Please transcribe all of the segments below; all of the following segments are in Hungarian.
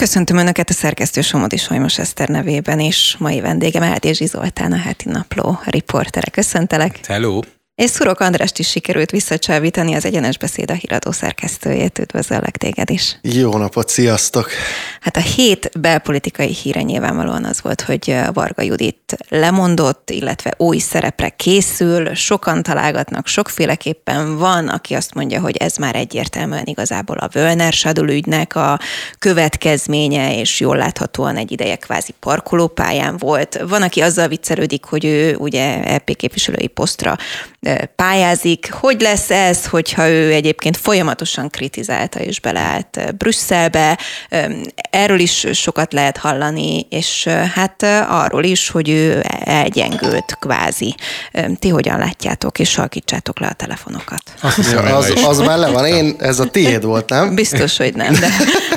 Köszöntöm Önöket a szerkesztő Somodi Solymos Eszter nevében, és mai vendégem Áldési Zoltán, a Heti Napló riportere. Köszöntelek! Hello! És Szurok Andrást is sikerült visszacsábítani, az Egyenes Beszéd a híradó szerkesztőjét. Üdvözöllek téged is! Jó napot, sziasztok! Hát a hét belpolitikai híre nyilvánvalóan az volt, hogy Varga Judit lemondott, illetve új szerepre készül, sokan találgatnak, sokféleképpen van, aki azt mondja, hogy ez már egyértelműen igazából a Völner-Sadul ügynek a következménye, és jól láthatóan egy ideje kvázi parkolópályán volt. Van, aki azzal viccelődik, hogy ő ugye EP képviselői posztra pályázik. Hogy lesz ez, hogyha ő egyébként folyamatosan kritizálta és beleállt Brüsszelbe? Erről is sokat lehet hallani, és hát arról is, hogy ő elgyengült kvázi. Ti hogyan látjátok, és sarkítsátok le a telefonokat? Az már le van. Ez a tiéd volt, nem? Biztos, hogy nem, de...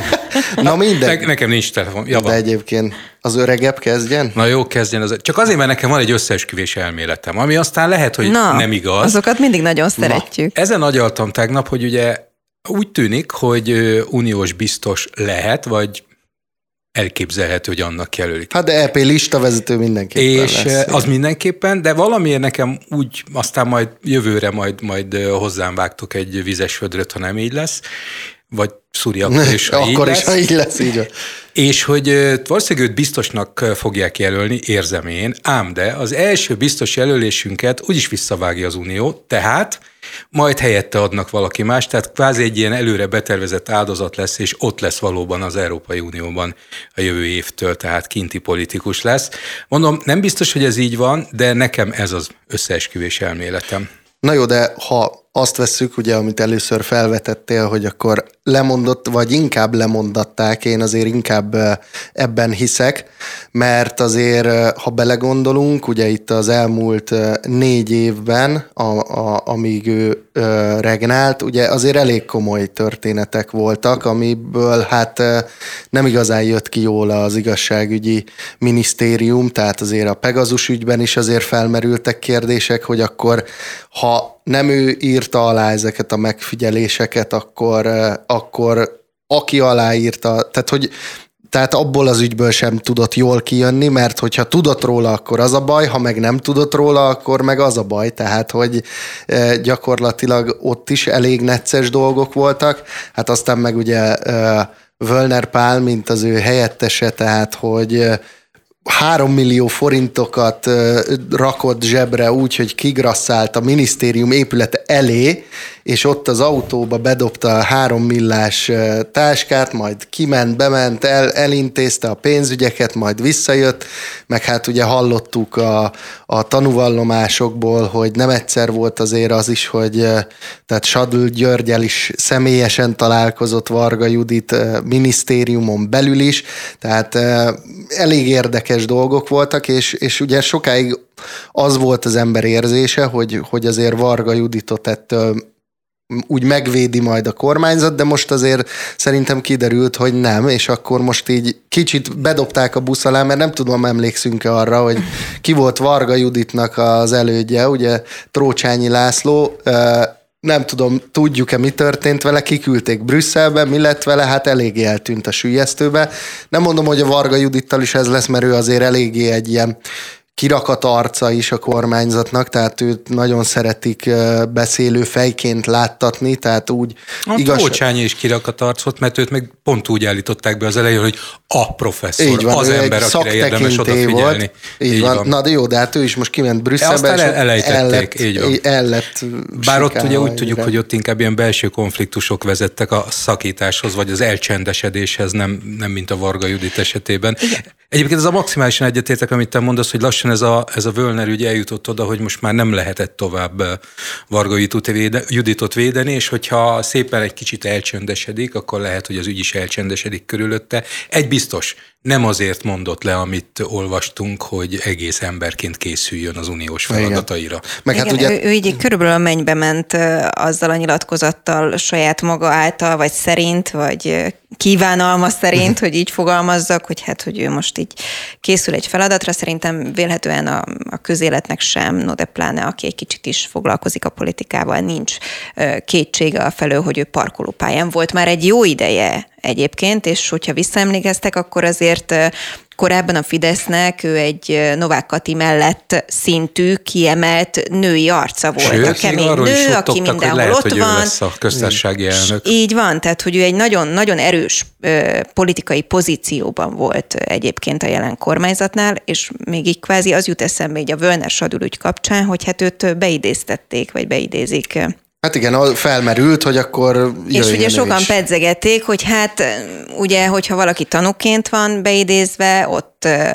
Na mindegy. Nekem nincs telefon. De egyébként az öregebb kezdjen? Na jó, kezdjen. Csak azért, mert nekem van egy összeesküvés elméletem, ami aztán lehet, hogy nem igaz. Azokat mindig nagyon szeretjük. Ezen agyaltam tegnap, hogy ugye úgy tűnik, hogy uniós biztos lehet, vagy elképzelhető, hogy annak jelölik. Hát de EP listavezető mindenképpen és lesz. Az mindenképpen, de valamiért nekem úgy, aztán majd jövőre majd hozzám vágtok egy vizes födröt, ha nem így lesz, vagy Szuri, akkor is, ha így lesz, így van. És hogy valószínűleg őt biztosnak fogják jelölni, érzem én, ám de az első biztos jelölésünket úgyis visszavágja az Unió, tehát majd helyette adnak valaki más, tehát kvázi egy ilyen előre betervezett áldozat lesz, és ott lesz valóban az Európai Unióban a jövő évtől, tehát kinti politikus lesz. Mondom, nem biztos, hogy ez így van, de nekem ez az összeesküvés elméletem. Na jó, de ha azt vesszük, ugye, amit először felvetettél, hogy akkor lemondott, vagy inkább lemondatták, én azért inkább ebben hiszek, mert azért, ha belegondolunk, ugye itt az elmúlt 4 évben, amíg ő regnált, ugye azért elég komoly történetek voltak, amiből hát nem igazán jött ki jól az igazságügyi minisztérium, tehát azért a Pegazus ügyben is azért felmerültek kérdések, hogy akkor, ha nem ő írta alá ezeket a megfigyeléseket, akkor aki aláírta, tehát abból az ügyből sem tudott jól kijönni, mert hogyha tudott róla, akkor az a baj, ha meg nem tudott róla, akkor meg az a baj, tehát hogy gyakorlatilag ott is elég necces dolgok voltak, hát aztán meg ugye Völner Pál, mint az ő helyettese, tehát hogy 3 millió forintokat rakott zsebre úgy, hogy kigrasszált a minisztérium épülete elé, és ott az autóba bedobta a 3 millás táskát, majd kiment, bement, elintézte a pénzügyeket, majd visszajött, meg hát ugye hallottuk a tanúvallomásokból, hogy nem egyszer volt azért az is, hogy tehát Sadul Györgyel is személyesen találkozott Varga Judit minisztériumon belül is, tehát elég érdekes dolgok voltak, és ugye sokáig az volt az ember érzése, hogy azért Varga Juditot ettől úgy megvédi majd a kormányzat, de most azért szerintem kiderült, hogy nem, és akkor most így kicsit bedobták a busz alá, mert nem tudom, emlékszünk-e arra, hogy ki volt Varga Juditnak az elődje, ugye Trócsányi László, nem tudom, tudjuk-e, mi történt vele, kiküldték Brüsszelbe, mi lett vele, hát eléggé eltűnt a süllyesztőbe. Nem mondom, hogy a Varga Judittal is ez lesz, mert ő azért eléggé egy ilyen kirakat arca is a kormányzatnak, tehát őt nagyon szeretik beszélő fejként láttatni, tehát úgy... Trócsányi is kirakat arc volt, mert őt meg pont úgy állították be az elején, hogy a professzor, így van, az ember, akire érdemes odafigyelni. Volt. Így van. Na de jó, de hát ő is most kiment Brüsszelbe, aztán elejtették, így van. El lett bár ott ugye úgy tudjuk, hogy ott inkább ilyen belső konfliktusok vezettek a szakításhoz, vagy az elcsendesedéshez, nem mint a Varga Judit esetében. Igen. Egyébként ez a maximálisan egyetértek, amit te mondasz, hogy lassan ez a Völner ügy eljutott oda, hogy most már nem lehetett tovább Varga Juditot védeni, és hogyha szépen egy kicsit elcsendesedik, akkor lehet, hogy az ügy is elcsendesedik körülötte. Egy biztos, nem azért mondott le, amit olvastunk, hogy egész emberként készüljön az uniós feladataira. Meg hát ugye... ő így körülbelül a mennybe ment azzal a nyilatkozattal saját maga által, vagy szerint, vagy kívánalma szerint, hogy így fogalmazzak, hogy hát, hogy ő most így készül egy feladatra, szerintem vélhetően a közéletnek sem, no de pláne aki egy kicsit is foglalkozik a politikával, nincs kétsége afelől, hogy ő parkolópályán volt már egy jó ideje egyébként, és hogyha visszaemlékeztek, akkor azért korábban a Fidesznek ő egy Novák Kati mellett szintű, kiemelt női arca volt. Sőt, a kemény nő, aki mindenhol lehet, ott hogy van. Ő lesz a köztársasági elnök. Így van, tehát hogy ő egy nagyon, nagyon erős politikai pozícióban volt egyébként a jelen kormányzatnál, és még így kvázi az jut eszembe így a Völner Sadul ügy kapcsán, hogy hát őt beidéztették, vagy beidézik. Hát igen, felmerült, hogy akkor és ugye sokan pedzegették, hogy hát ugye, hogyha valaki tanúként van beidézve, ott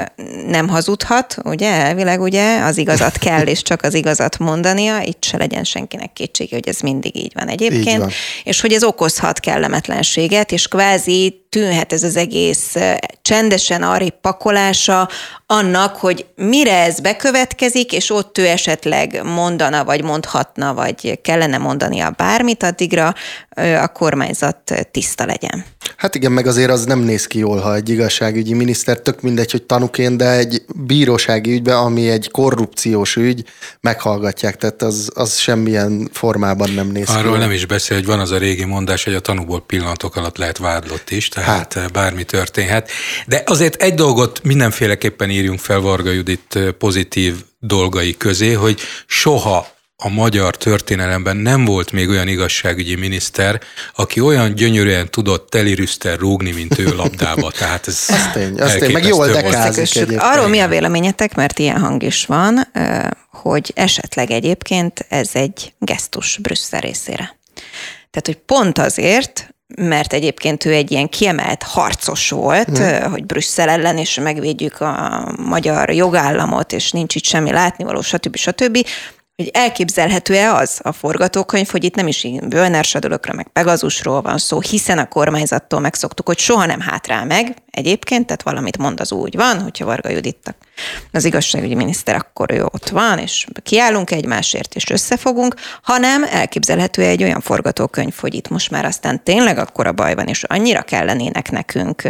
nem hazudhat, ugye, elvileg ugye, az igazat kell, és csak az igazat mondania, itt se legyen senkinek kétsége, hogy ez mindig így van egyébként, van. És hogy ez okozhat kellemetlenséget, és kvázi tűnhet ez az egész csendesen arrébb pakolása annak, hogy mire ez bekövetkezik, és ott ő esetleg mondana, vagy mondhatna, vagy kellene mondania bármit, addigra a kormányzat tiszta legyen. Hát igen, meg azért az nem néz ki jól, ha egy igazságügyi miniszter, tök mindegy, hogy tanúként, de egy bírósági ügyben, ami egy korrupciós ügy, meghallgatják, tehát az semmilyen formában nem néz ki. Arról nem is beszél, hogy van az a régi mondás, hogy a tanúból pillanatok alatt lehet vádlott is, tehát bármi történhet. De azért egy dolgot mindenféleképpen írjunk fel Varga Judit pozitív dolgai közé, hogy soha a magyar történelemben nem volt még olyan igazságügyi miniszter, aki olyan gyönyörűen tudott telirüsztel rúgni, mint ő labdába. Tehát ez azt tény, meg jól dekázik egyébként. Arról mi a véleményetek, mert ilyen hang is van, hogy esetleg egyébként ez egy gesztus Brüsszel részére. Tehát, hogy pont azért, mert egyébként ő egy ilyen kiemelt harcos volt, hogy Brüsszel ellen, és megvédjük a magyar jogállamot, és nincs itt semmi látnivaló, stb. Hogy elképzelhető-e az a forgatókönyv, hogy itt nem is Völner Sadulokra, meg Pegazusról van szó, hiszen a kormányzattól megszoktuk, hogy soha nem hátrál meg egyébként, tehát valamit mond az úgy van, hogyha Varga Judit az igazságügyi miniszter, akkor ő ott van, és kiállunk egymásért, és összefogunk, hanem elképzelhető egy olyan forgatókönyv, hogy itt most már aztán tényleg akkora baj van, és annyira kellenének nekünk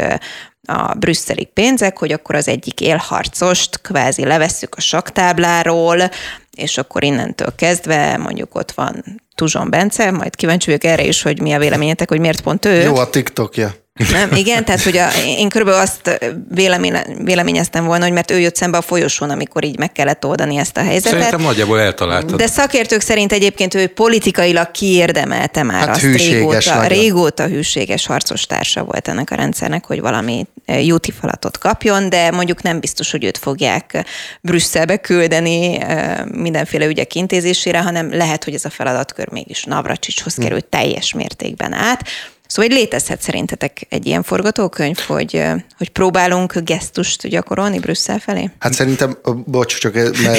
a brüsszeli pénzek, hogy akkor az egyik élharcost kvázi levesszük a sakktábláról, és akkor innentől kezdve mondjuk ott van Tuzson Bence, majd kíváncsi vagyok erre is, hogy mi a véleményetek, hogy miért pont ő. Jó a TikTokja. Nem, igen, tehát hogy én körülbelül azt véleményeztem volna, hogy mert ő jött szembe a folyosón, amikor így meg kellett oldani ezt a helyzetet. Szerintem nagyjából eltaláltad. De szakértők szerint egyébként ő politikailag kiérdemelte már azt régóta hűséges harcostársa volt ennek a rendszernek, hogy valami jútifalatot kapjon, de mondjuk nem biztos, hogy őt fogják Brüsszelbe küldeni mindenféle ügyek intézésére, hanem lehet, hogy ez a feladatkör mégis Navracsicshoz került teljes mértékben át. Szóval létezhet szerintetek egy ilyen forgatókönyv, hogy próbálunk gesztust gyakorolni Brüsszel felé? Hát szerintem, bocs, csak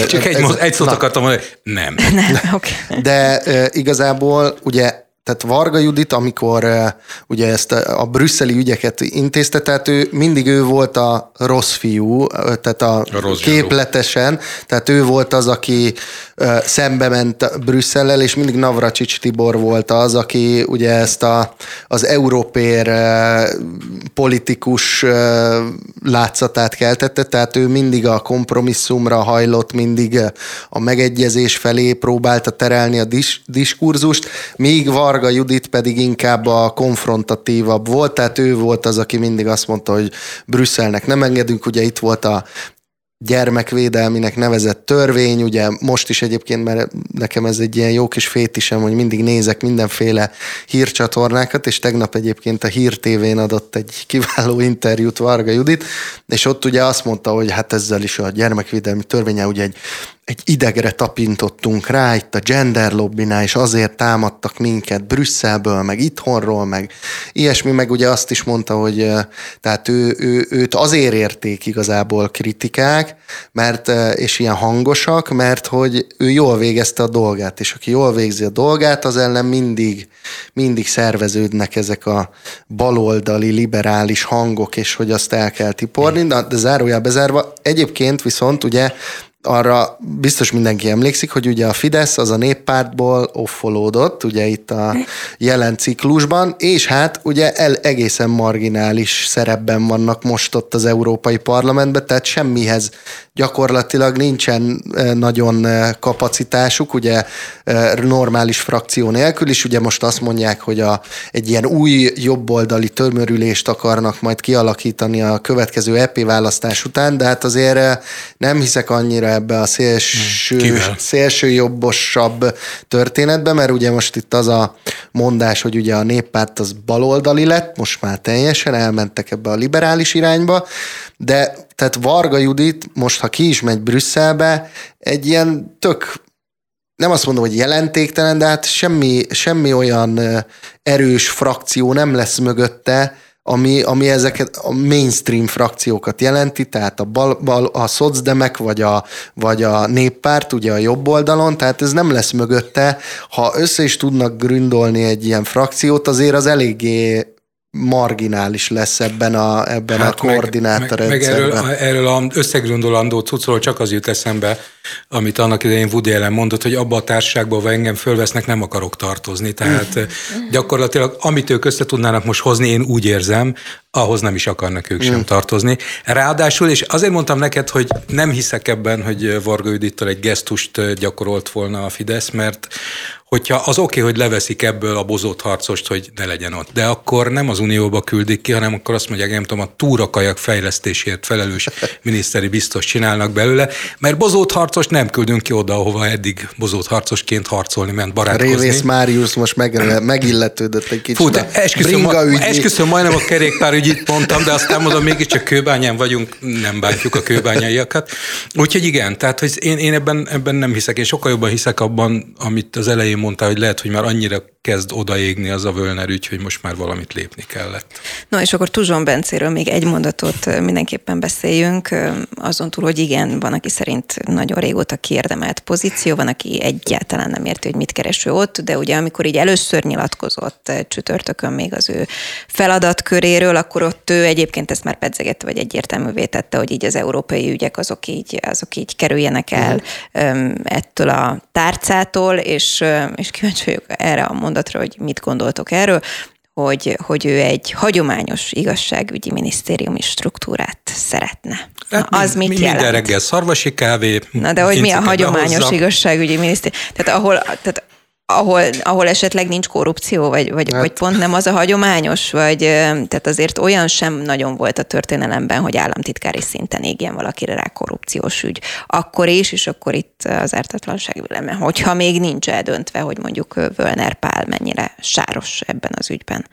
egy szót akartam mondani, nem. Okay. De igazából ugye, tehát Varga Judit, amikor ugye ezt a brüsszeli ügyeket intézte, tehát mindig ő volt a rossz fiú, tehát a képletesen, tehát ő volt az, aki szembe ment Brüsszellel, és mindig Navracsics Tibor volt az, aki ugye ezt az európér politikus látszatát keltette, tehát ő mindig a kompromisszumra hajlott, mindig a megegyezés felé próbálta terelni a diskurzust, míg Varga Judit pedig inkább a konfrontatívabb volt, tehát ő volt az, aki mindig azt mondta, hogy Brüsszelnek nem engedünk, ugye itt volt a gyermekvédelminek nevezett törvény, ugye most is egyébként, mert nekem ez egy ilyen jó kis fétisem, hogy mindig nézek mindenféle hírcsatornákat, és tegnap egyébként a Hír TV-n adott egy kiváló interjút Varga Judit, és ott ugye azt mondta, hogy hát ezzel is a gyermekvédelmi törvénye ugye egy idegre tapintottunk rá, itt a gender lobbinál, és azért támadtak minket Brüsszelből, meg itthonról, meg ilyesmi, meg ugye azt is mondta, hogy tehát őt azért érték igazából kritikák, mert, és ilyen hangosak, mert hogy ő jól végezte a dolgát, és aki jól végzi a dolgát, az ellen mindig szerveződnek ezek a baloldali, liberális hangok, és hogy azt el kell tiporni, de zárójel bezárva. Egyébként viszont ugye arra biztos mindenki emlékszik, hogy ugye a Fidesz az a Néppártból offolódott, ugye itt a jelen ciklusban, és hát ugye egészen marginális szerepben vannak most ott az Európai Parlamentben, tehát semmihez gyakorlatilag nincsen nagyon kapacitásuk, ugye normális frakció nélkül is, ugye most azt mondják, hogy egy ilyen új jobboldali tömörülést akarnak majd kialakítani a következő EP választás után, de hát azért nem hiszek annyira ebbe a szélső jobbosabb történetbe, mert ugye most itt az a mondás, hogy ugye a Néppárt az baloldali lett, most már teljesen elmentek ebbe a liberális irányba, de tehát Varga Judit most, ha ki is megy Brüsszelbe, egy ilyen nem azt mondom, hogy jelentéktelen, de hát semmi olyan erős frakció nem lesz mögötte, ami ezeket a mainstream frakciókat jelenti, tehát a szocdemek vagy a Néppárt, ugye a jobb oldalon, tehát ez nem lesz mögötte. Ha össze is tudnak gründolni egy ilyen frakciót, azért az eléggé marginális lesz ebben a koordinátorrendszerben. Meg erről az összegrondolandó cuccról csak az jut eszembe, amit annak idején Woody Allen mondott, hogy abba a társaságban, ahol engem fölvesznek, nem akarok tartozni. Tehát gyakorlatilag, amit ők össze tudnának most hozni, én úgy érzem, ahhoz nem is akarnak ők sem tartozni. Ráadásul, és azért mondtam neked, hogy nem hiszek ebben, hogy Varga Judittal egy gesztust gyakorolt volna a Fidesz, mert hogyha az oké, hogy leveszik ebből a bozót harcost, hogy ne legyen ott, de akkor nem az Unióba küldik ki, hanem akkor azt mondják, nem tudom, a túrakajak fejlesztésért felelős miniszteri biztos csinálnak belőle, mert bozót harcost nem küldünk ki oda, ahova eddig bozót harcosként harcolni ment, barátkozni. Révész Máriusz most megilletődött egy kicsit. Fú, esküszöm, majdnem a kerékpárügyit mondtam, de aztán mondom, mégiscsak Kőbányán vagyunk, nem bántjuk a kőbányaiakat. Úgyhogy igen, tehát hogy én ebben nem hiszek, én sokkal jobban hiszek abban, amit az elején mondta, hogy lehet, hogy már annyira kezd odaégni az a Völner ügy, hogy most már valamit lépni kellett. No, és akkor Tuzson Bencéről még egy mondatot mindenképpen beszéljünk, azon túl, hogy igen, van, aki szerint nagyon régóta kiérdemelt pozíció, van, aki egyáltalán nem érti, hogy mit keres ő ott, de ugye amikor így először nyilatkozott csütörtökön még az ő feladatköréről, akkor ott ő egyébként ezt már pedzegette, vagy egyértelművé tette, hogy így az európai ügyek azok így kerüljenek el ettől a tárcától, és kíváncsi vagyok erre a mondatra, hogy mit gondoltok erről, hogy ő egy hagyományos igazságügyi minisztériumi struktúrát szeretne. Hát az mit jelent? Minden reggel szarvasi kávé. Na de hogy mi a hagyományos igazságügyi minisztérium? Tehát ahol esetleg nincs korrupció, vagy pont nem az a hagyományos, tehát azért olyan sem nagyon volt a történelemben, hogy államtitkári szinten égjen valakire rá korrupciós ügy. Akkor is, és akkor itt az ártatlanság véleme, hogyha még nincs eldöntve, hogy mondjuk Völner Pál mennyire sáros ebben az ügyben.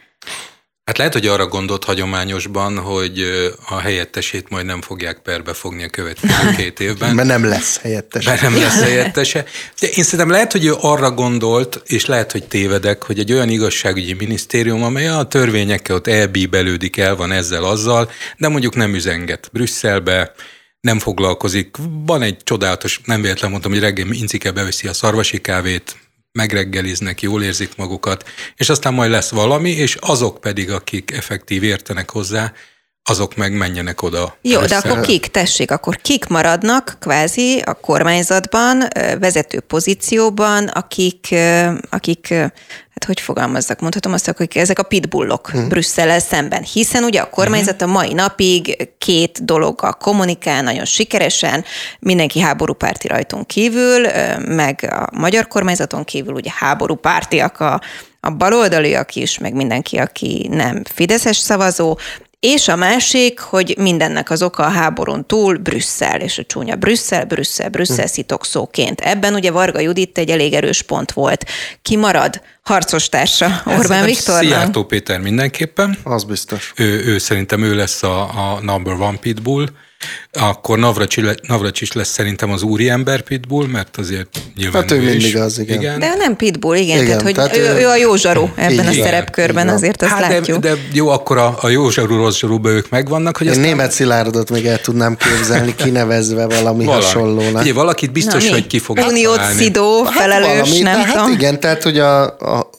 Hát lehet, hogy arra gondolt hagyományosban, hogy a helyettesét majd nem fogják perbe fogni a következő 2 évben. Mert nem lesz helyettese. De én szerintem lehet, hogy ő arra gondolt, és lehet, hogy tévedek, hogy egy olyan igazságügyi minisztérium, amely a törvényekkel ott elbíbelődik, el van ezzel-azzal, de mondjuk nem üzenget Brüsszelbe, nem foglalkozik. Van egy csodálatos, nem véletlen mondtam, hogy reggel Incike beveszi a szarvasi kávét, megreggeliznek, jól érzik magukat, és aztán majd lesz valami, és azok pedig, akik effektív értenek hozzá, azok meg menjenek oda. Jó, de akkor akkor kik maradnak kvázi a kormányzatban, vezető pozícióban, akik hát hogy fogalmazzak, mondhatom azt, hogy ezek a pitbullok Brüsszellel szemben. Hiszen ugye a kormányzat a mai napig 2 dologgal kommunikál, nagyon sikeresen, mindenki háborúpárti rajtunk kívül, meg a magyar kormányzaton kívül ugye háborúpártiak a baloldaliak is, meg mindenki, aki nem fideszes szavazó, és a másik, hogy mindennek az oka a háborún túl Brüsszel, és a csúnya Brüsszel szitokszóként. Ebben ugye Varga Judit egy elég erős pont volt. Ki marad harcostársa Orbán Viktornak? Szijjártó Péter mindenképpen. Az biztos. Ő szerintem ő lesz a number one pitbull. Akkor Navracsics lesz szerintem az úriember pitbull, mert azért nyilván hát ő mindig az, igen. De nem pitbull, igen, tehát hogy ő a jó zsaru ebben a szerepkörben, azért azt látjuk. De jó, akkor a jó zsaru, rossz zsaruba ők megvannak. Hogy én Németh Szilárdot még el tudnám képzelni, kinevezve valami hasonlónak. Ugye valakit biztos, hogy ki fog találni. Uniót szidó, felelős, nem tudom. Hát igen, tehát hogy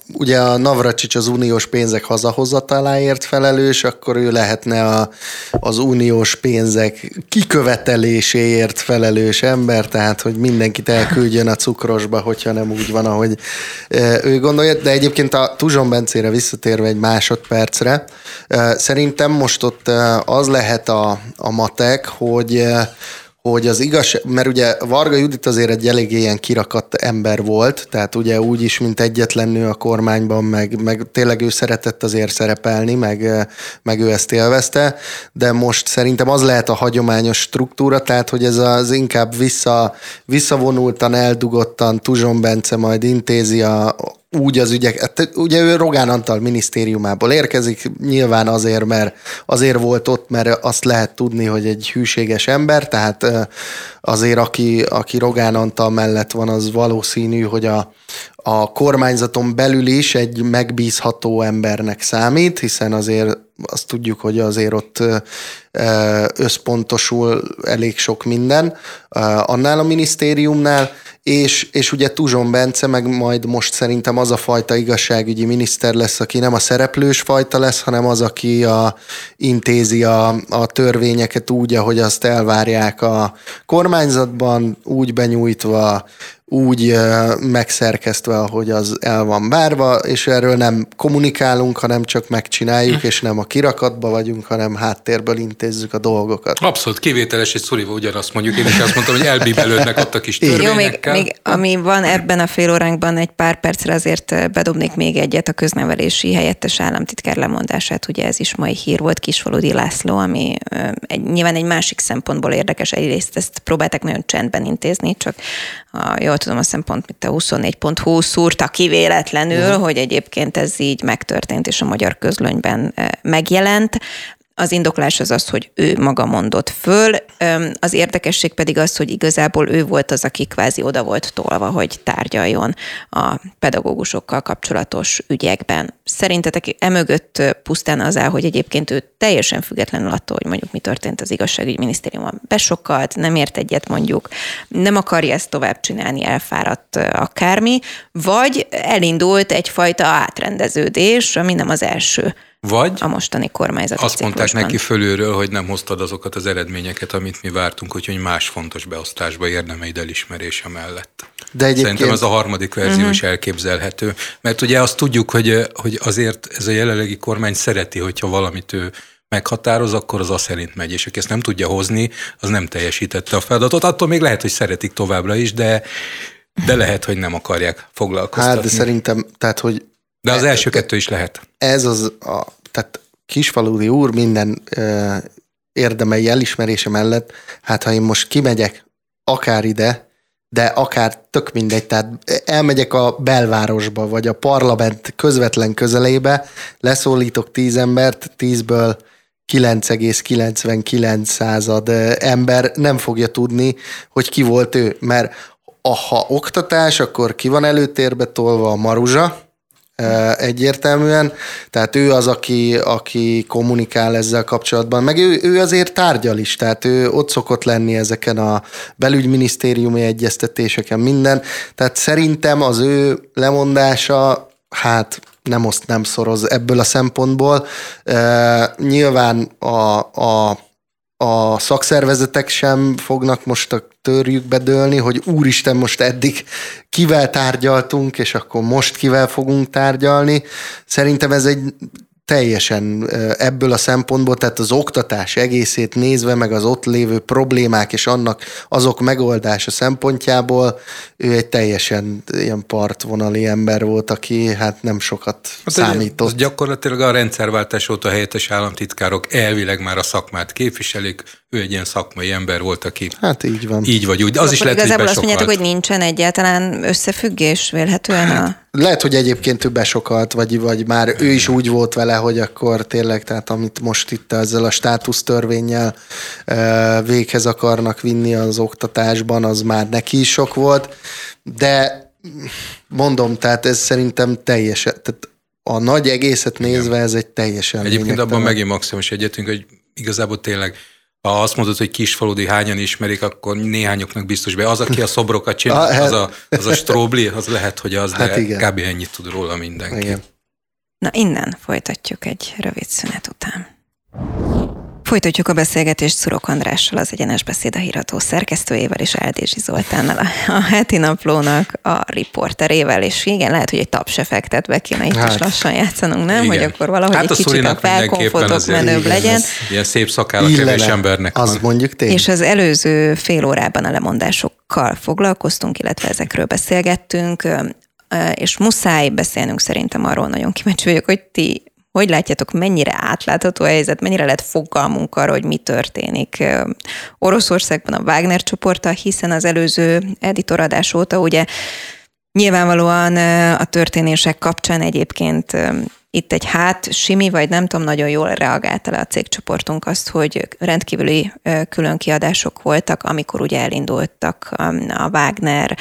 ugye a Navracsics az uniós pénzek hazahozataláért felelős, akkor ő lehetne az uniós pénzek kiköveteléséért felelős ember, tehát hogy mindenkit elküldjön a cukrosba, hogyha nem úgy van, ahogy ő gondolja. De egyébként a Tuzson Bencére visszatérve egy másodpercre, szerintem most ott az lehet a matek, hogy az igazság, mert ugye Varga Judit azért egy eléggé ilyen kirakadt ember volt, tehát ugye úgy is, mint egyetlen nő a kormányban, meg tényleg ő szeretett azért szerepelni, meg ő ezt élvezte, de most szerintem az lehet a hagyományos struktúra, tehát hogy ez az inkább visszavonultan, eldugottan Tuzson Bence majd intézi úgy az ügyek, ugye ő Rogán Antal minisztériumából érkezik, nyilván azért volt ott, mert azt lehet tudni, hogy egy hűséges ember, tehát azért aki Rogán Antal mellett van, az valószínű, hogy a kormányzaton belül is egy megbízható embernek számít, hiszen azért azt tudjuk, hogy azért ott összpontosul elég sok minden annál a minisztériumnál, és ugye Tuzson Bence meg majd most szerintem az a fajta igazságügyi miniszter lesz, aki nem a szereplős fajta lesz, hanem az, aki intézi a törvényeket úgy, ahogy azt elvárják a kormányzatban, úgy benyújtva, úgy megszerkesztve, ahogy az el van várva, és erről nem kommunikálunk, hanem csak megcsináljuk, és nem a kirakatba vagyunk, hanem háttérből intézzük a dolgokat. Abszolút kivételes, és Szurival ugyanazt mondjuk, én is azt mondtam, hogy elbíbelődnek ott a kis törvényekkel. Jó, még ami van ebben a fél óránkban, egy pár percre azért bedobnék még egyet, a köznevelési helyettes államtitkár lemondását, ugye ez is mai hír volt, Kisfaludy László, ami nyilván egy másik szempontból érdekes, egyrészt ezt próbálták nagyon csendben intézni, csak jól tudom, azt hiszem pont, mint a 24.hu szúrta ki véletlenül, hogy egyébként ez így megtörtént, és a magyar közlönyben megjelent. Az indoklás az, hogy ő maga mondott föl, az érdekesség pedig az, hogy igazából ő volt az, aki kvázi oda volt tolva, hogy tárgyaljon a pedagógusokkal kapcsolatos ügyekben. Szerintetek emögött pusztán az áll, hogy egyébként ő teljesen függetlenül attól, hogy mondjuk mi történt az igazságügyi minisztériumban, besokkalt, nem ért egyet mondjuk, nem akarja ezt tovább csinálni, elfáradt akármi, vagy elindult egyfajta átrendeződés, ami nem az első. Vagy a mostani kormányzati azt mondták ciklusban. neki fölülről, hogy nem hoztad azokat az eredményeket, amit mi vártunk, úgyhogy más fontos beosztásba érdemeid elismerése mellett. De egyébként... Szerintem ez a harmadik verzió is elképzelhető, mert ugye azt tudjuk, hogy azért ez a jelenlegi kormány szereti, hogyha valamit ő meghatároz, akkor az szerint megy, és aki ezt nem tudja hozni, az nem teljesítette a feladatot. Attól még lehet, hogy szeretik továbbra is, de lehet, hogy nem akarják foglalkoztatni. Hát, de szerintem, tehát, hogy de az első kettő is lehet. Ez tehát Kisfaludy úr minden érdemei elismerése mellett, hát ha én most kimegyek akár ide, de akár tök mindegy, tehát elmegyek a belvárosba, vagy a parlament közvetlen közelébe, leszólítok 10 embert, 10-ből 9,99 ember nem fogja tudni, hogy ki volt ő, mert ha oktatás, akkor ki van előtérbe tolva? A Maruzsa, egyértelműen, tehát ő az, aki kommunikál ezzel kapcsolatban, meg ő azért tárgyal is, tehát ő ott szokott lenni ezeken a belügyminisztériumi egyeztetéseken minden, tehát szerintem az ő lemondása, hát nem oszt, nem szoroz ebből a szempontból. Nyilván a szakszervezetek sem fognak most a törjükbe dőlni, hogy úristen, most eddig kivel tárgyaltunk, és akkor most kivel fogunk tárgyalni. Szerintem ez egy teljesen ebből a szempontból, tehát az oktatás egészét nézve, meg az ott lévő problémák és azok megoldása szempontjából ő egy teljesen ilyen partvonali ember volt, aki hát nem sokat számított. Az gyakorlatilag a rendszerváltás óta helyettes államtitkárok elvileg már a szakmát képviselik, ő egy ilyen szakmai ember volt, aki hát így van. Így vagy úgy. Az is lehet, igazából azt mondjátok, hogy nincsen egyáltalán összefüggés vélhetően Lehet, hogy egyébként ő besokalt, vagy már ő is úgy volt vele, hogy akkor tényleg, tehát amit most itt ezzel a státusztörvénnyel véghez akarnak vinni az oktatásban, az már neki is sok volt, de mondom, tehát ez szerintem teljesen, tehát a nagy egészet nézve ez egy teljesen egyébként abban megint maximális egyetünk, hogy igazából tényleg Ha azt mondod, hogy kisfaludi hányan ismerik, akkor néhányoknak biztos be. Az, aki a szobrokat csinál, az a Stróbli, az lehet, hogy az, de kb. Ennyit tud róla mindenki. Igen. Na innen folytatjuk egy rövid szünet után. Folytatjuk a beszélgetést Szurok Andrással, az Egyenes Beszéd a hírható szerkesztőjével és Áldési Zoltánnal, a Heti Naplónak a riporterével, és igen, lehet, hogy egy tapseffektet be kéne itt is lassan játszanunk, nem? Igen. Hogy akkor valahogy egy kicsit a felkonfotok menőbb legyen. Ilyen szép szakálla kevés embernek van. Azt mondjuk tényleg. És az előző fél órában a lemondásokkal foglalkoztunk, illetve ezekről beszélgettünk, és muszáj beszélnünk szerintem arról, nagyon kíváncsi vagyok, hogy ti hogy látjátok, mennyire átlátható a helyzet, mennyire lett fogalmunk arra, hogy mi történik Oroszországban a Wagner csoporttal, hiszen az előző editoradás óta ugye nyilvánvalóan a történések kapcsán egyébként itt egy simi, vagy nem tudom, nagyon jól reagálta le a cégcsoportunk azt, hogy rendkívüli különkiadások voltak, amikor ugye elindultak a Wagner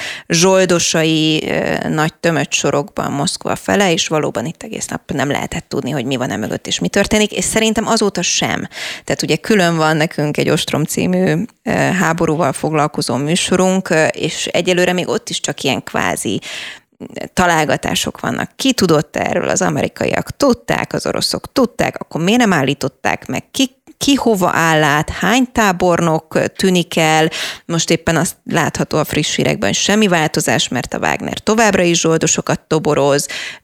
zsoldosai nagy tömött sorokban Moszkva fele, és valóban itt egész nap nem lehetett tudni, hogy mi van emögött és mi történik, és szerintem azóta sem. Tehát ugye külön van nekünk egy Ostrom című háborúval foglalkozó műsorunk, és egyelőre még ott is csak ilyen kvázi találgatások vannak. Ki tudott erről? Az amerikaiak tudták, az oroszok tudták, akkor miért nem állították meg? Ki hova áll át? Hány tábornok tűnik el? Most éppen azt látható a friss hírekben, hogy semmi változás, mert a Wagner továbbra is zsoldosokat toboroz.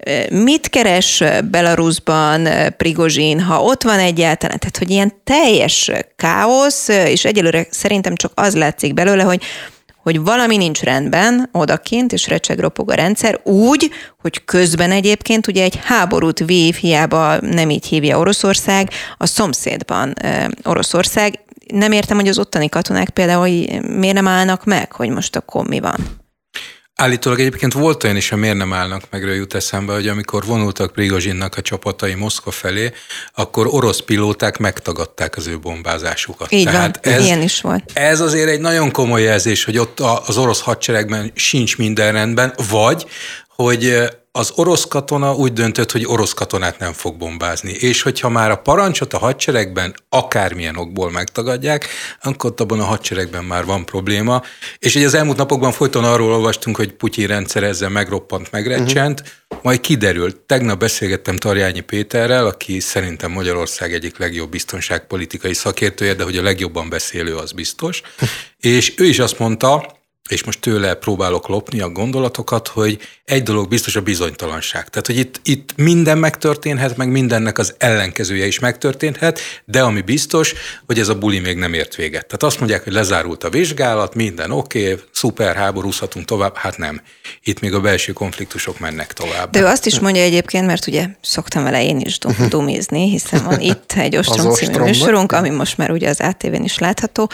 Mit keres Belarusban Prigozsin, ha ott van egyáltalán? Tehát, hogy ilyen teljes káosz, és egyelőre szerintem csak az látszik belőle, hogy valami nincs rendben odakint, és recseg-ropog a rendszer, úgy, hogy közben egyébként ugye egy háborút vív, hiába nem így hívja Oroszország, a szomszédban Oroszország. Nem értem, hogy az ottani katonák például miért nem állnak meg, hogy most akkor mi van. Állítólag egyébként volt olyan is, a miért nem állnak megről jut eszembe, hogy amikor vonultak Prigozsinnak a csapatai Moszkva felé, akkor orosz pilóták megtagadták az ő bombázásukat. Így tehát van, ilyen is volt. Ez azért egy nagyon komoly jelzés, hogy ott az orosz hadseregben sincs minden rendben, vagy hogy az orosz katona úgy döntött, hogy orosz katonát nem fog bombázni. És hogyha már a parancsot a hadseregben akármilyen okból megtagadják, akkor ott abban a hadseregben már van probléma. És ugye az elmúlt napokban folyton arról olvastunk, hogy Putyin rendszer ezzel megroppant, megrecsent, majd kiderült. Tegnap beszélgettem Tarjányi Péterrel, aki szerintem Magyarország egyik legjobb biztonságpolitikai szakértője, de hogy a legjobban beszélő, az biztos. És ő is azt mondta, és most tőle próbálok lopni a gondolatokat, hogy egy dolog biztos, a bizonytalanság. Tehát, hogy itt minden megtörténhet, meg mindennek az ellenkezője is megtörténhet, de ami biztos, hogy ez a buli még nem ért véget. Tehát azt mondják, hogy lezárult a vizsgálat, minden oké, szuper, háborúzhatunk tovább, hát nem. Itt még a belső konfliktusok mennek tovább. De ő azt is mondja egyébként, mert ugye szoktam vele én is dumizni, hiszen van itt egy Ostrom című műsorunk, ami most már ugye az ATV-n is látható.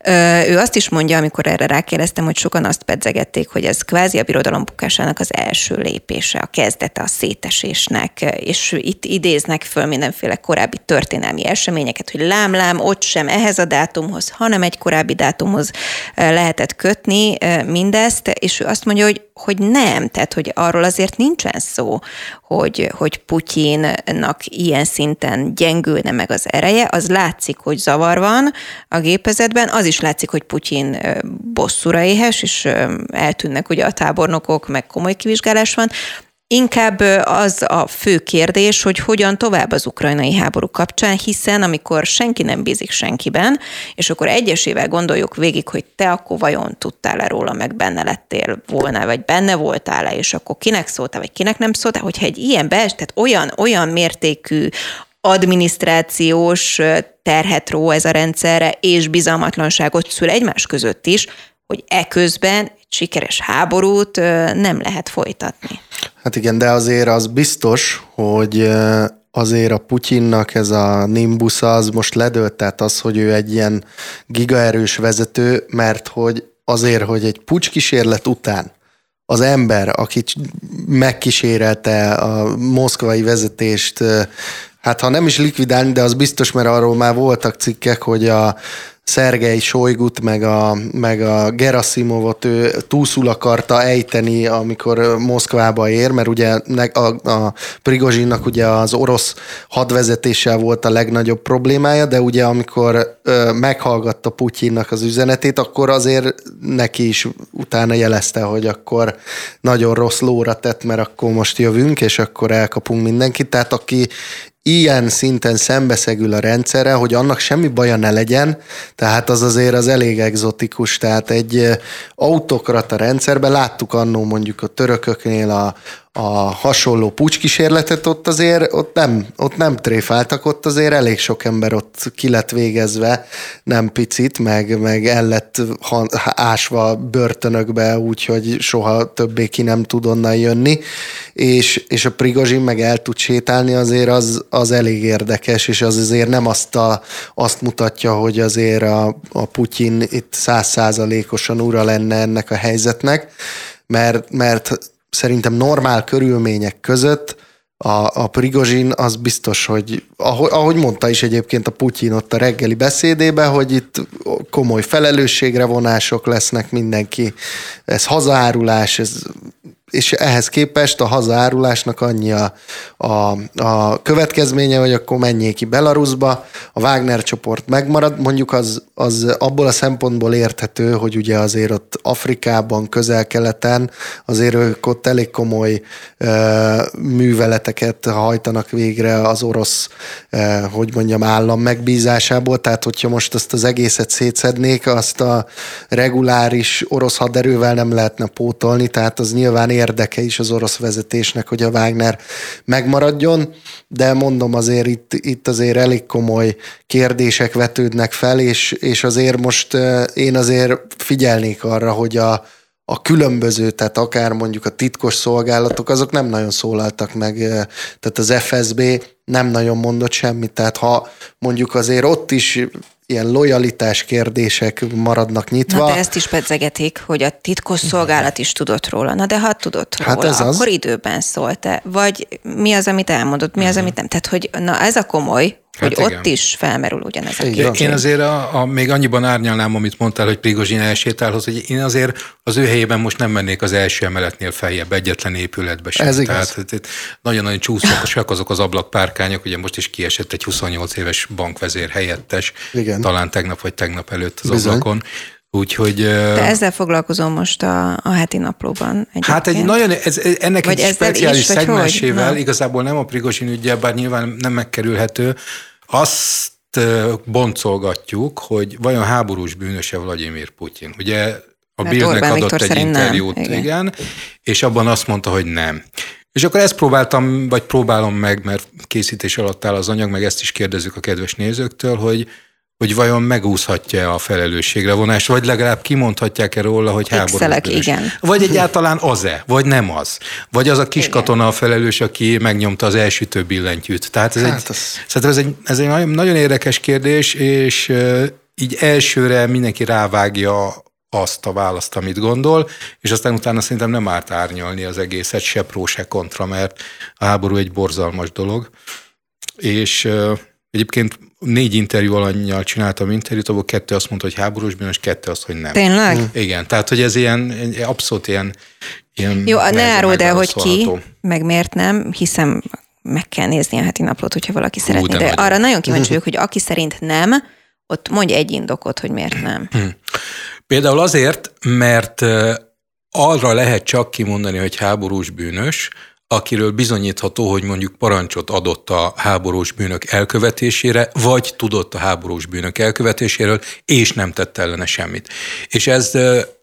Ő azt is mondja, amikor erre rákérdeztem, hogy sokan azt pedzegették, hogy ez kvázi a birodalom bukásának az első lépése, a kezdete a szétesésnek, és itt idéznek föl mindenféle korábbi történelmi eseményeket, hogy lám, ott sem ehhez a dátumhoz, hanem egy korábbi dátumhoz lehetett kötni mindezt, és ő azt mondja, hogy nem, tehát hogy arról azért nincsen szó, hogy Putyinnak ilyen szinten gyengülne meg az ereje, az látszik, hogy zavar van a gépezetben, az is látszik, hogy Putyin bosszúra éhes, és eltűnnek ugye a tábornokok, meg komoly kivizsgálás van. Inkább az a fő kérdés, hogy hogyan tovább az ukrajnai háború kapcsán, hiszen amikor senki nem bízik senkiben, és akkor egyesével gondoljuk végig, hogy te akkor vajon tudtál-e róla, meg benne lettél volna, vagy benne voltál-e, és akkor kinek szóltál, vagy kinek nem szóltál, hogyha egy ilyen tehát olyan mértékű adminisztrációs terhet ró ez a rendszerre, és bizalmatlanságot szül egymás között is, hogy eközben egy sikeres háborút nem lehet folytatni. Hát igen, de azért az biztos, hogy azért a Putyinnak ez a nimbusza az most ledőlt, tehát az, hogy ő egy ilyen gigaerős vezető, mert hogy azért, hogy egy pucskísérlet után az ember, aki megkísérelte a moszkvai vezetést, hát ha nem is likvidálni, de az biztos, mert arról már voltak cikkek, hogy a Szergej Sojgut, meg a Gerasimovot ő túlszul akarta ejteni, amikor Moszkvába ér, mert ugye a Prigozsinnak ugye az orosz hadvezetéssel volt a legnagyobb problémája, de ugye amikor meghallgatta Putyinnak az üzenetét, akkor azért neki is utána jelezte, hogy akkor nagyon rossz lóra tett, mert akkor most jövünk, és akkor elkapunk mindenkit. Tehát aki ilyen szinten szembeszegül a rendszerre, hogy annak semmi baja ne legyen, tehát az azért az elég egzotikus. Tehát egy autokrata rendszerben láttuk annó mondjuk a törököknél a hasonló pucskísérletet, ott nem tréfáltak, ott azért elég sok ember ott ki lett végezve, nem picit, meg el lett ásva börtönökbe, úgyhogy soha többé ki nem tud onnan jönni, és a Prigozsin meg el tud sétálni, azért az elég érdekes, és az azért nem azt mutatja, hogy azért a Putyin itt 100%-osan ura lenne ennek a helyzetnek, mert szerintem normál körülmények között a Prigozsin az biztos, hogy ahogy mondta is egyébként a Putyin ott a reggeli beszédében, hogy itt komoly felelősségre vonások lesznek, mindenki, ez hazaárulás, és ehhez képest a hazaárulásnak annyi a következménye, hogy akkor menjék ki Belarusba, a Wagner csoport megmarad, mondjuk az abból a szempontból érthető, hogy ugye azért ott Afrikában, Közel-Keleten azért ők ott elég komoly műveleteket hajtanak végre az orosz, állam megbízásából, tehát hogyha most azt az egészet szétszednék, azt a reguláris orosz haderővel nem lehetne pótolni, tehát az nyilván érdeke is az orosz vezetésnek, hogy a Wagner megmaradjon, de mondom azért itt azért elég komoly kérdések vetődnek fel, és azért most én azért figyelnék arra, hogy a különböző, tehát akár mondjuk a titkos szolgálatok, azok nem nagyon szólaltak meg, tehát az FSB nem nagyon mondott semmit, tehát ha mondjuk azért ott is ilyen lojalitás kérdések maradnak nyitva. Na de ezt is pedzegetik, hogy a titkos szolgálat is tudott róla. Na de ha tudott róla, ez az. Akkor időben szólt-e? Vagy mi az, amit elmondott, mi az, amit nem? Tehát, hogy na ez a komoly, hogy igen. Ott is felmerül ugyanez a kérdés. Én azért még annyiban árnyalnám, amit mondtál, hogy Prigozsin elsétálhoz, hogy én azért az ő helyében most nem mennék az első emeletnél feljebb egyetlen épületbe sem. Ez igaz. Tehát nagyon-nagyon csúszósak azok az ablakpárkányok, ugye most is kiesett egy 28 éves bankvezér helyettes, igen. Talán tegnap előtt az ablakon. Úgyhogy... De ezzel foglalkozom most a heti naplóban egyébként. Hát ennek vagy egy speciális szegmensével, hogy? igazából nem a Prigozsin ügye, bár nyilván nem megkerülhető, azt boncolgatjuk, hogy vajon háborús bűnöse Vladimir Putyin. Ugye a Bildnek adott egy interjút, igen, és abban azt mondta, hogy nem. És akkor ezt próbálom meg, mert készítés alatt áll az anyag, meg ezt is kérdezzük a kedves nézőktől, hogy vajon megúszhatja a felelősségre vonást, vagy legalább kimondhatják-e róla, hogy háborús bűnös. Igen. Vagy egyáltalán az-e, vagy nem az. Vagy az a kis katona a felelős, aki megnyomta az elsütő billentyűt. Tehát ez egy nagyon érdekes kérdés, és így elsőre mindenki rávágja azt a választ, amit gondol, és aztán utána szerintem nem árt árnyalni az egészet, se pró, se kontra, mert a háború egy borzalmas dolog. És egyébként 4 interjú alanyjal csináltam interjút, abból 2 azt mondta, hogy háborús bűnös, 2 azt, hogy nem. Tényleg? Igen, tehát hogy ez abszolút ilyen jó, ne áruld el, hogy ki, meg miért nem, hiszem meg kell nézni a heti naplót, hogyha valaki szeretné, de arra nagyon kíváncsi vagyok, hogy aki szerint nem, ott mondja egy indokot, hogy miért nem. Például azért, mert arra lehet csak kimondani, hogy háborús bűnös, akiről bizonyítható, hogy mondjuk parancsot adott a háborús bűnök elkövetésére, vagy tudott a háborús bűnök elkövetéséről, és nem tett ellene semmit. És ez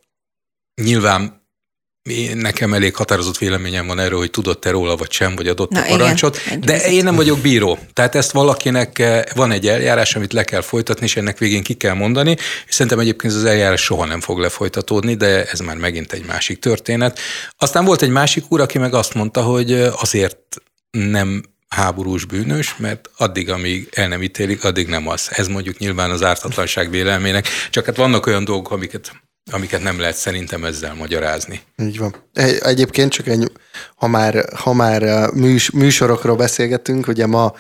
nyilván nekem elég határozott véleményem van erről, hogy tudott-e róla, vagy sem, vagy adott-e parancsot, igen, de én nem vagyok bíró. Tehát ezt valakinek van egy eljárás, amit le kell folytatni, és ennek végén ki kell mondani, és szerintem egyébként az eljárás soha nem fog lefolytatódni, de ez már megint egy másik történet. Aztán volt egy másik úr, aki meg azt mondta, hogy azért nem háborús bűnös, mert addig, amíg el nem ítélik, addig nem az. Ez mondjuk nyilván az ártatlanság vélelmének, csak hát vannak olyan dolgok, amiket amiket nem lehet szerintem ezzel magyarázni. Így van. Egyébként csak ha már műsorokról beszélgetünk, ugye ma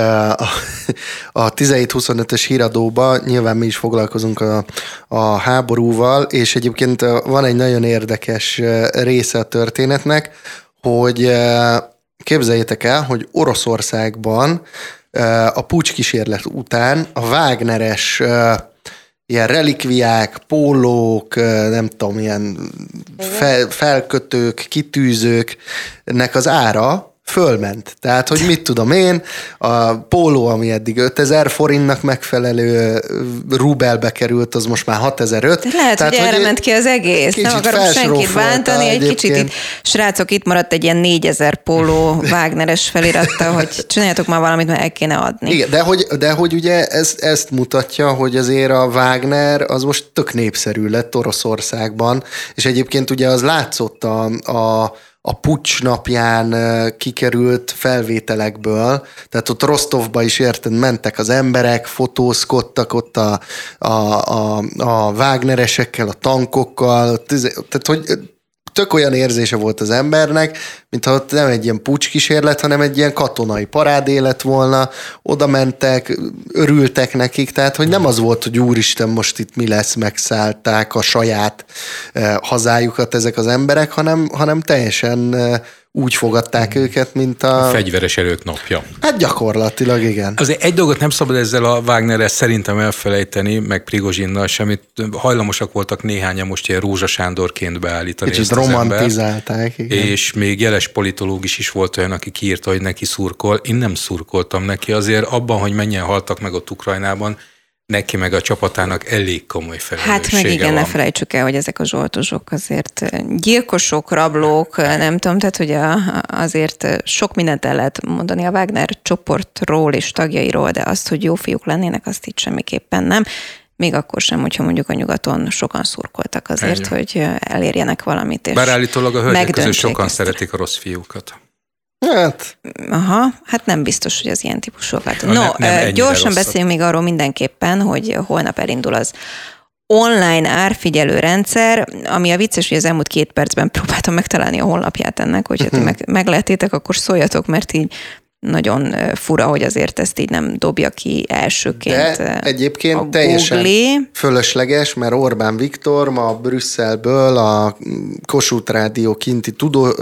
a 17-25-ös híradóban nyilván mi is foglalkozunk a háborúval, és egyébként van egy nagyon érdekes része a történetnek, hogy képzeljétek el, hogy Oroszországban a pucskísérlet után a Wagneres ilyen relikviák, pólók, nem tudom, ilyen felkötők, kitűzőknek az ára fölment. Tehát, hogy mit tudom én, a póló, ami eddig 5000 forintnak megfelelő rubelbe került, az most már 6005. Lehet, tehát, hogy erre ment ki az egész. Nem akarom senkit bántani, egy kicsit itt, srácok, itt maradt egy ilyen 4000 póló Wagneres feliratta, hogy csináljatok már valamit, mert el kéne adni. Igen, de hogy ugye ezt mutatja, hogy azért a Wagner az most tök népszerű lett Oroszországban, és egyébként ugye az látszott a puccs napján kikerült felvételekből, tehát ott Rostovba is érted, mentek az emberek, fotózkodtak ott a Wagneresekkel, a tankokkal, tehát hogy tök olyan érzése volt az embernek, mintha ott nem egy ilyen pucskísérlet, hanem egy ilyen katonai parádé lett volna, oda mentek, örültek nekik, tehát hogy nem az volt, hogy úristen, most itt mi lesz, megszállták a saját hazájukat ezek az emberek, hanem teljesen úgy fogadták őket, mint a fegyveres erők napja. Hát gyakorlatilag igen. Azért egy dolgot nem szabad ezzel a Wagnerrel szerintem elfelejteni, meg Prigozsinnal semmit. Hajlamosak voltak néhányan most ilyen Rózsa Sándorként beállítani. Kicsit romantizálták. Igen. És még jeles politológus is volt olyan, aki kiírta, hogy neki szurkol. Én nem szurkoltam neki. Azért abban, hogy mennyien haltak meg ott Ukrajnában, neki meg a csapatának elég komoly felelőssége Hát meg igen, van. ne felejtsük el, hogy ezek a zsoltosok azért gyilkosok, rablók, nem tudom, tehát hogy azért sok mindent el lehet mondani a Wagner csoportról és tagjairól, de azt, hogy jó fiúk lennének, azt itt semmiképpen nem. Még akkor sem, hogyha mondjuk a nyugaton sokan szurkoltak azért, hogy elérjenek valamit. És bár állítólag a hölgyek közül sokan szeretik a rossz fiúkat. Hát nem biztos, hogy az ilyen típusúak. Gyorsan beszéljünk még arról mindenképpen, hogy holnap elindul az online árfigyelő rendszer, ami a vicces, hogy az elmúlt 2 percben próbáltam megtalálni a honlapját ennek, hogyha ti meglehetétek, akkor szóljatok, mert így nagyon fura, hogy azért ezt így nem dobja ki elsőként. De egyébként teljesen fölösleges, mert Orbán Viktor ma Brüsszelből a Kossuth Rádió kinti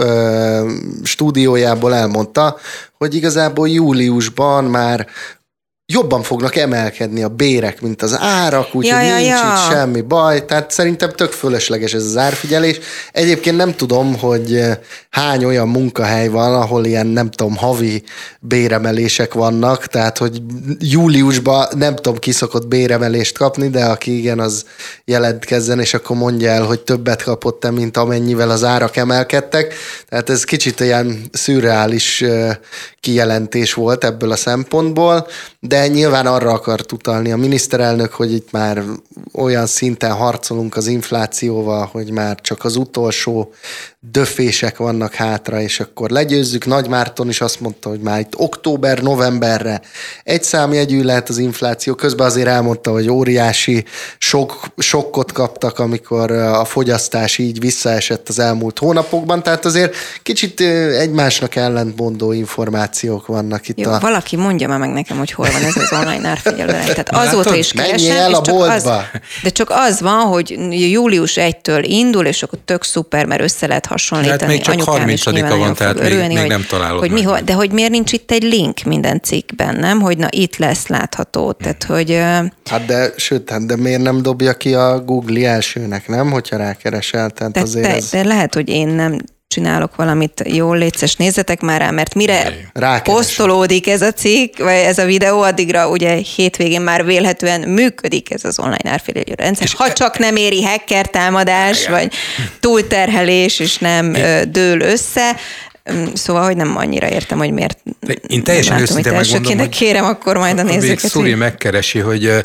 stúdiójából elmondta, hogy igazából júliusban már jobban fognak emelkedni a bérek, mint az árak, úgyhogy nincs itt semmi baj. Tehát szerintem tök fölösleges ez az árfigyelés. Egyébként nem tudom, hogy hány olyan munkahely van, ahol ilyen, nem tudom, havi béremelések vannak, tehát, hogy júliusban nem tudom, ki szokott béremelést kapni, de aki igen, az jelentkezzen, és akkor mondja el, hogy többet kapott-e, mint amennyivel az árak emelkedtek. Tehát ez kicsit ilyen szürreális kijelentés volt ebből a szempontból, de nyilván arra akart utalni a miniszterelnök, hogy itt már olyan szinten harcolunk az inflációval, hogy már csak az utolsó döfések vannak hátra, és akkor legyőzzük. Nagy Márton is azt mondta, hogy már itt október-novemberre egy számjegyű lehet az infláció. Közben azért elmondta, hogy óriási sokkot kaptak, amikor a fogyasztás így visszaesett az elmúlt hónapokban. Tehát azért kicsit egymásnak ellentmondó információk vannak itt. Jó, valaki mondja már meg nekem, hogy hol van ez az online árfigyelő. Tehát azóta is keresem, el a boltba. De csak az van, hogy július 1-től indul, és akkor tök szuper, mert össze lehet hasonlítani. Hát még csak 30-a van, tehát örülni, még nem találod hogy meg. De hogy miért nincs itt egy link minden cikkben, nem? Hogy na itt lesz látható. Tehát, hogy... Hát de miért nem dobja ki a Google elsőnek, nem? Hogyha rákeresel. Tehát azért de lehet, hogy én nem csinálok valamit jól, létszes, nézzetek már rá, mert mire posztolódik ez a cikk, vagy ez a videó, addigra ugye hétvégén már vélhetően működik ez az online árfigyelő rendszer. Ha csak nem éri hacker támadás, vagy túlterhelés, és nem dől össze. Szóval, hogy nem annyira értem, hogy miért. Én teljesen őszintén megmondom, hogy kérem akkor majd a nézőket. Szuri megkeresi, hogy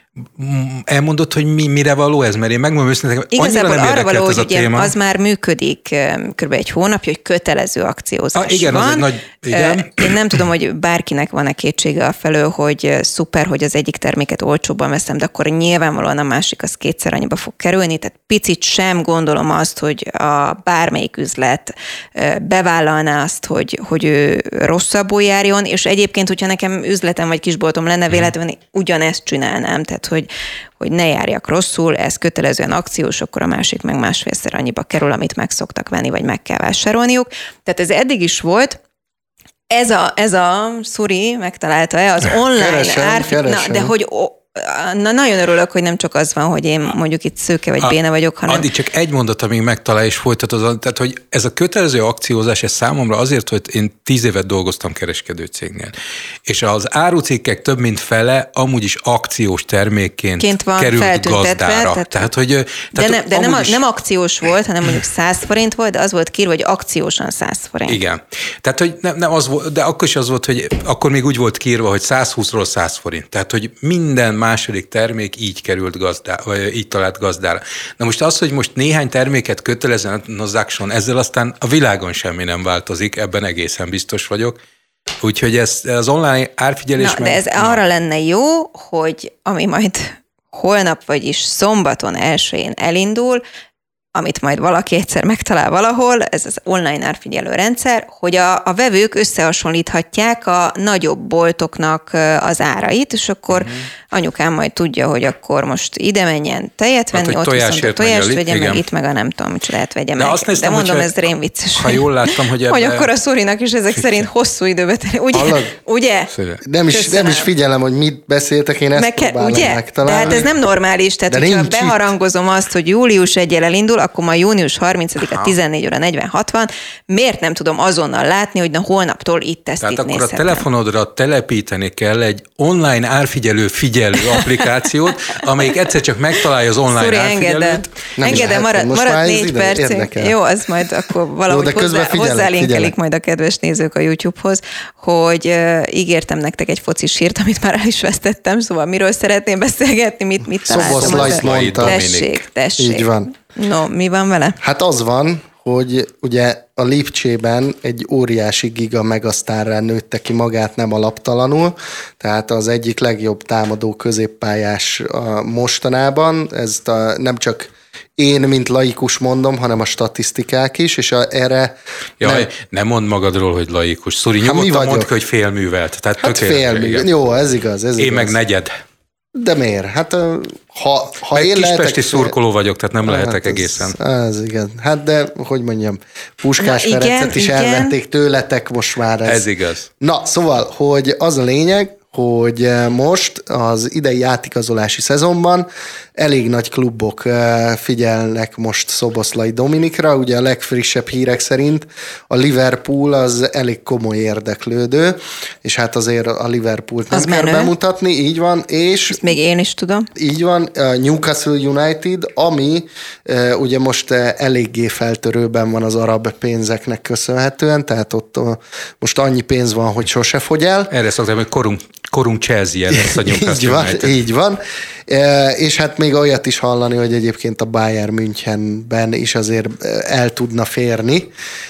elmondod, hogy mire való ez? Mert én megmondom őszintén, igazából annyira nem arra való, ez a hogy téma. Az már működik kb. Egy hónapja, hogy kötelező akciózás igen, van. Az egy nagy, igen. Én nem tudom, hogy bárkinek van-e kétsége afelől, hogy szuper, hogy az egyik terméket olcsóbban veszem, de akkor nyilvánvalóan a másik az kétszer annyiba fog kerülni, tehát picit sem gondolom azt, hogy a bármelyik üzlet bevállalná azt, hogy ő rosszabbul járjon, és egyébként, hogyha nekem üzletem vagy kisboltom lenne, véletlenül ugyanezt csinálnám, tehát hogy ne járjak rosszul, ez kötelezően akciós, akkor a másik meg másfélszer annyiba kerül, amit meg szoktak venni, vagy meg kell vásárolniuk. Tehát ez eddig is volt. Ez a Szuri megtalálta-e az online keresem. de hogy nagyon örülök, hogy nem csak az van, hogy én mondjuk itt szőke vagy béna vagyok, hanem... Addig csak egy mondat, amíg megtalál és folytatod. Tehát, hogy ez a kötelező akciózás, ez számomra azért, hogy én 10 évet dolgoztam kereskedő cégnél. És az árucikkek több mint fele amúgy is akciós termékként került gazdára. Nem akciós volt, hanem mondjuk 100 forint volt, de az volt kiírva, hogy akciósan 100 forint. Igen. Tehát, hogy nem az volt, de akkor is az volt, hogy akkor még úgy volt kiírva, hogy 120-ról 100 forint. Tehát, hogy minden második termék így került vagy így talált gazdára. Na most az, hogy most néhány terméket kötelezően transaction, ezzel aztán a világon semmi nem változik, ebben egészen biztos vagyok. Úgyhogy ez az online árfigyelés... de ez arra lenne jó, hogy ami majd holnap, vagyis szombaton 1-én elindul, amit majd valaki egyszer megtalál valahol, ez az online árfigyelő rendszer, hogy a vevők összehasonlíthatják a nagyobb boltoknak az árait, és akkor anyukám majd tudja, hogy akkor most ide menjen tejet venni, ott viszont a tojást vegyen, meg itt meg a nem tudom, mit lehet vegye meg. De mondom, ez rémvicces. Ha jól láttam, hogy hogy akkor a Szurinak is ezek szerint hosszú időbe tenni. Ugye? Nem is figyelem, hogy mit beszéltek, én ezt próbálom megtalálni. De hát ez nem normális, tehát hogyha beharangozom azt, hogy július 1-jel elindul, akkor ma június 30-a 14 óra 46 van, miért nem tudom azonnal látni, hogy holnaptól itt ezt tehát itt akkor nézhetem. a telefonodra telepíteni kell egy online árfigyelő figyelő applikációt, amelyik egyszer csak megtalálja az online árfigyelőt. Engedd el, marad 4 perc. Jó, az majd akkor valahogy hozzálinkelik majd a kedves nézők a YouTube-hoz, hogy ígértem nektek egy focis hírt, amit már el is vesztettem, szóval miről szeretném beszélgetni, mit találtam. Szoboszlai Tessék. Így van. No, mi van vele? Hát az van, hogy ugye a Lipcsében egy óriási giga megasztárrá nőtte ki magát nem alaptalanul, tehát az egyik legjobb támadó középpályás mostanában, ezt nem csak én, mint laikus mondom, hanem a statisztikák is, és erre... Jaj, nem mondd magadról, hogy laikus. Szuri, nyugodtan mondd, hogy félművelt. Tehát hát félművelt. Jó, ez igaz. Én meg negyed. De miért? Hát ha én kispesti szurkoló vagyok, tehát nem lehetek egészen. Ez igen. Hát de, hogy mondjam, Puskás Ferencet is elvették tőletek most már. Ez igaz. Na, szóval, hogy az a lényeg, hogy most az idei átigazolási szezonban elég nagy klubok figyelnek most Szoboszlai Dominikra, ugye a legfrissebb hírek szerint a Liverpool az elég komoly érdeklődő, és hát azért a Liverpoolt nem kell bemutatni, így van, és... Ezt még én is tudom. Így van, a Newcastle United, ami ugye most eléggé feltörőben van az arab pénzeknek köszönhetően, tehát ott most annyi pénz van, hogy sose fogy el. Erre szoktam, hogy korunk Chelsea lesz a Newcastle United. Így van. És hát még olyat is hallani, hogy egyébként a Bayern Münchenben is azért el tudna férni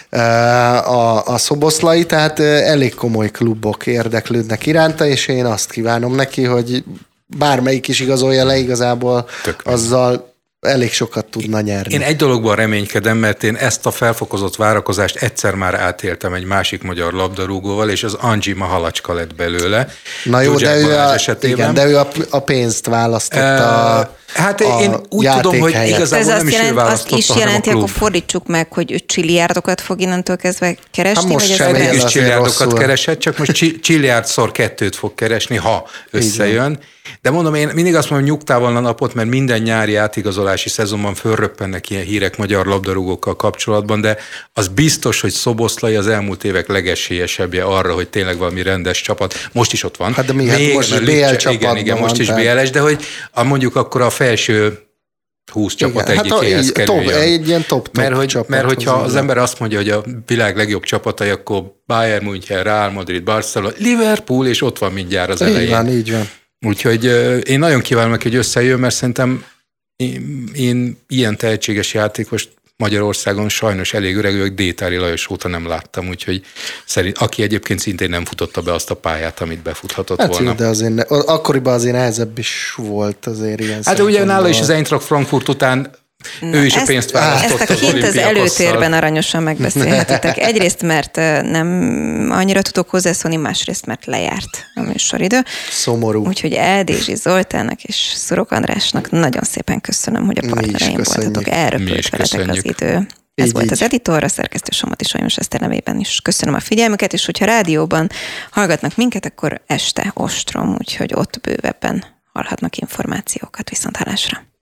a Szoboszlai, tehát elég komoly klubok érdeklődnek iránta, és én azt kívánom neki, hogy bármelyik is igazolja le igazából, azzal elég sokat tudna nyerni. Én egy dologban reménykedem, mert én ezt a felfokozott várakozást egyszer már átéltem egy másik magyar labdarúgóval, és az Angie Mahalacska lett belőle. Na jó, de ő a pénzt választotta. Hát én úgy tudom, hogy igazából nem is ő választotta, azt is jelenti, akkor fordítsuk meg, hogy ő csiliárdokat fog innentől kezdve keresni? Hát most sem is csiliárdokat keresett, csak most csiliárdszor 2 fog keresni, ha összejön. De mondom, én mindig azt mondom, nyugtával a napot, mert minden nyári átigazolási szezonban fölröppennek ilyen hírek magyar labdarúgókkal kapcsolatban, de az biztos, hogy Szoboszlai az elmúlt évek legesélyesebbje arra, hogy tényleg valami rendes csapat. Most is ott van. Hát de mi? Hát most is BL csapatban igen, most is BL-es, de hogy mondjuk akkor a felső 20 csapat egyikéhez kerüljön. Egy ilyen top csapat. Mert hogyha az ember azt mondja, hogy a világ legjobb csapatai, akkor Bayern München, Real Madrid, Barcelona, Liverpool, és ott van mindjárt az elején. Így van. Úgyhogy én nagyon kívánom neki, hogy összejön, mert szerintem én ilyen tehetséges játékost Magyarországon sajnos elég öreg vagyok, Détári Lajos óta nem láttam, úgyhogy aki egyébként szintén nem futotta be azt a pályát, amit befuthatott volna. Jó, de azért akkoriban azért nehezebb is volt azért ilyen Hát ugye nála is az Eintracht Frankfurt után ő is a pénzt választotta. Ezt a kint az előtérben aranyosan megbeszélhetitek. Egyrészt, mert nem annyira tudok hozzászólni, másrészt, mert lejárt a műsoridő. Szomorú. Úgyhogy Eldézsi Zoltánnak és Szurok Andrásnak nagyon szépen köszönöm, hogy a partnereim voltatok. Elröpült veletek az idő. Ez volt az editor, a szerkesztő Somodi Sajnos Eszter nevében is. Köszönöm a figyelmüket, és hogyha rádióban hallgatnak minket, akkor este ostrom, úgyhogy ott bővebben hallhatnak információkat. Viszonthallásra.